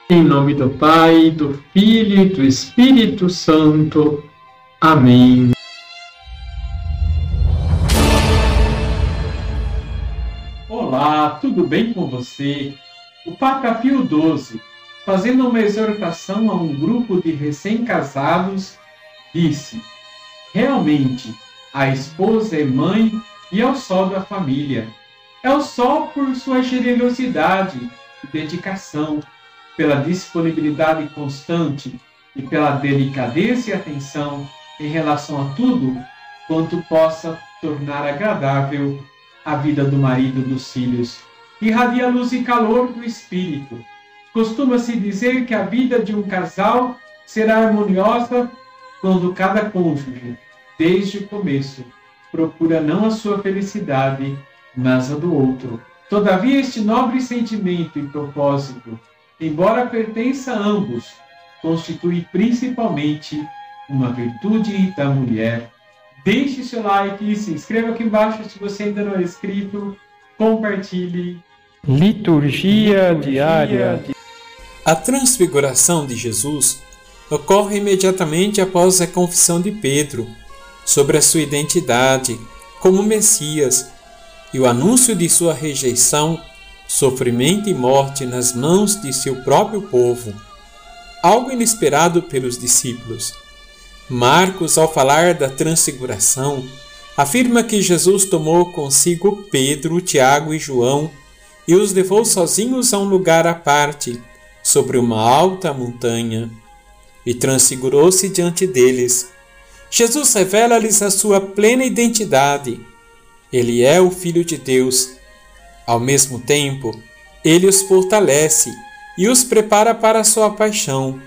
Em nome do Pai, do Filho e do Espírito Santo. Amém. Olá, tudo bem com você? O Papa Pio XII, fazendo uma exortação a um grupo de recém-casados, disse: realmente, a esposa é mãe e é o sol da família. É o sol por sua generosidade e dedicação, pela disponibilidade constante e pela delicadeza e atenção em relação a tudo quanto possa tornar agradável a vida do marido e dos filhos. Irradia a luz e calor do espírito. Costuma-se dizer que a vida de um casal será harmoniosa quando cada cônjuge, desde o começo, procura não a sua felicidade, mas a do outro. Todavia, este nobre sentimento e propósito, embora pertença a ambos, constitui principalmente uma virtude da mulher. Deixe seu like e se inscreva aqui embaixo se você ainda não é inscrito. Compartilhe. Liturgia diária. A transfiguração de Jesus ocorre imediatamente após a confissão de Pedro sobre a sua identidade como Messias e o anúncio de sua rejeição, sofrimento e morte nas mãos de seu próprio povo, algo inesperado pelos discípulos. Marcos, ao falar da transfiguração, afirma que Jesus tomou consigo Pedro, Tiago e João e os levou sozinhos a um lugar à parte, sobre uma alta montanha, e transfigurou-se diante deles. Jesus revela-lhes a sua plena identidade. Ele é o Filho de Deus. Ao mesmo tempo, ele os fortalece e os prepara para a sua paixão.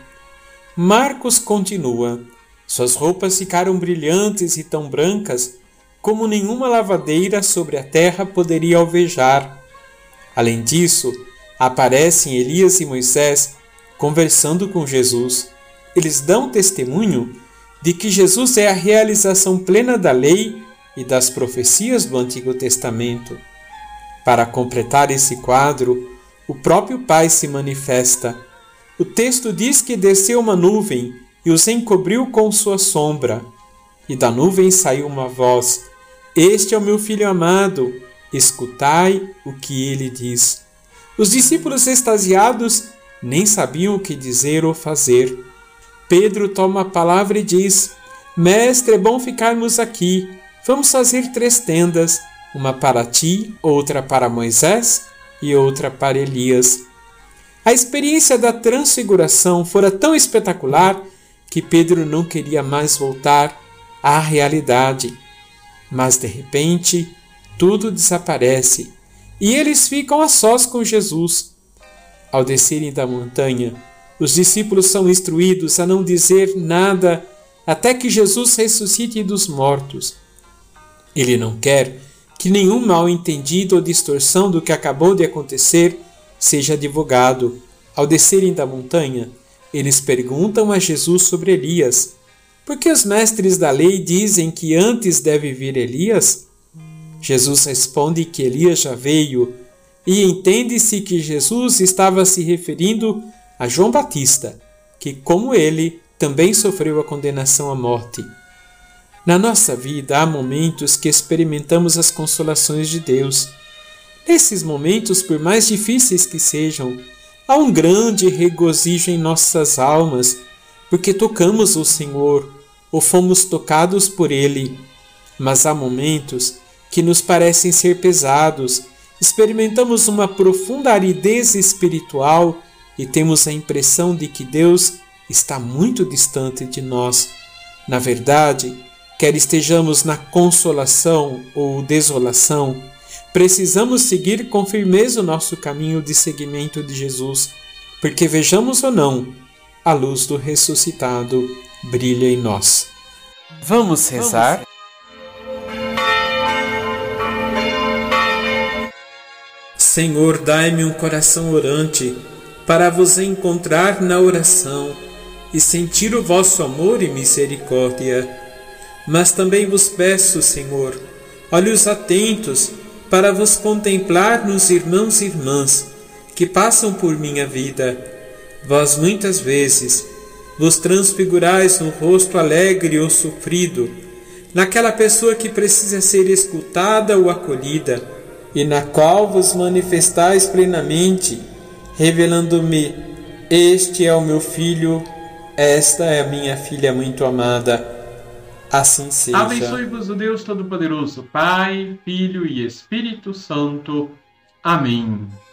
Marcos continua: suas roupas ficaram brilhantes e tão brancas como nenhuma lavadeira sobre a terra poderia alvejar. Além disso, aparecem Elias e Moisés conversando com Jesus. Eles dão testemunho de que Jesus é a realização plena da lei e das profecias do Antigo Testamento. Para completar esse quadro, o próprio Pai se manifesta. O texto diz que desceu uma nuvem e os encobriu com sua sombra. E da nuvem saiu uma voz: este é o meu Filho amado, escutai o que ele diz. Os discípulos extasiados nem sabiam o que dizer ou fazer. Pedro toma a palavra e diz: mestre, é bom ficarmos aqui. Vamos fazer 3 tendas, uma para ti, outra para Moisés e outra para Elias. A experiência da transfiguração fora tão espetacular que Pedro não queria mais voltar à realidade. Mas, de repente, tudo desaparece e eles ficam a sós com Jesus. Ao descerem da montanha, os discípulos são instruídos a não dizer nada até que Jesus ressuscite dos mortos. Ele não quer que nenhum mal-entendido ou distorção do que acabou de acontecer seja divulgado. Ao descerem da montanha, eles perguntam a Jesus sobre Elias. Por que os mestres da lei dizem que antes deve vir Elias? Jesus responde que Elias já veio, e entende-se que Jesus estava se referindo a João Batista, que, como ele, também sofreu a condenação à morte. Na nossa vida há momentos que experimentamos as consolações de Deus. Nesses momentos, por mais difíceis que sejam, há um grande regozijo em nossas almas, porque tocamos o Senhor, ou fomos tocados por Ele. Mas há momentos que nos parecem ser pesados, experimentamos uma profunda aridez espiritual e temos a impressão de que Deus está muito distante de nós. Na verdade, quer estejamos na consolação ou desolação, precisamos seguir com firmeza o nosso caminho de seguimento de Jesus, porque vejamos ou não, a luz do ressuscitado brilha em nós. Vamos rezar? Senhor, dai-me um coração orante, para vos encontrar na oração e sentir o vosso amor e misericórdia. Mas também vos peço, Senhor, olhos atentos para vos contemplar nos irmãos e irmãs que passam por minha vida. Vós muitas vezes vos transfigurais no rosto alegre ou sofrido, naquela pessoa que precisa ser escutada ou acolhida, e na qual vos manifestais plenamente, revelando-me: este é o meu filho, esta é a minha filha muito amada. Assim seja. Abençoe-vos o Deus Todo-Poderoso, Pai, Filho e Espírito Santo. Amém.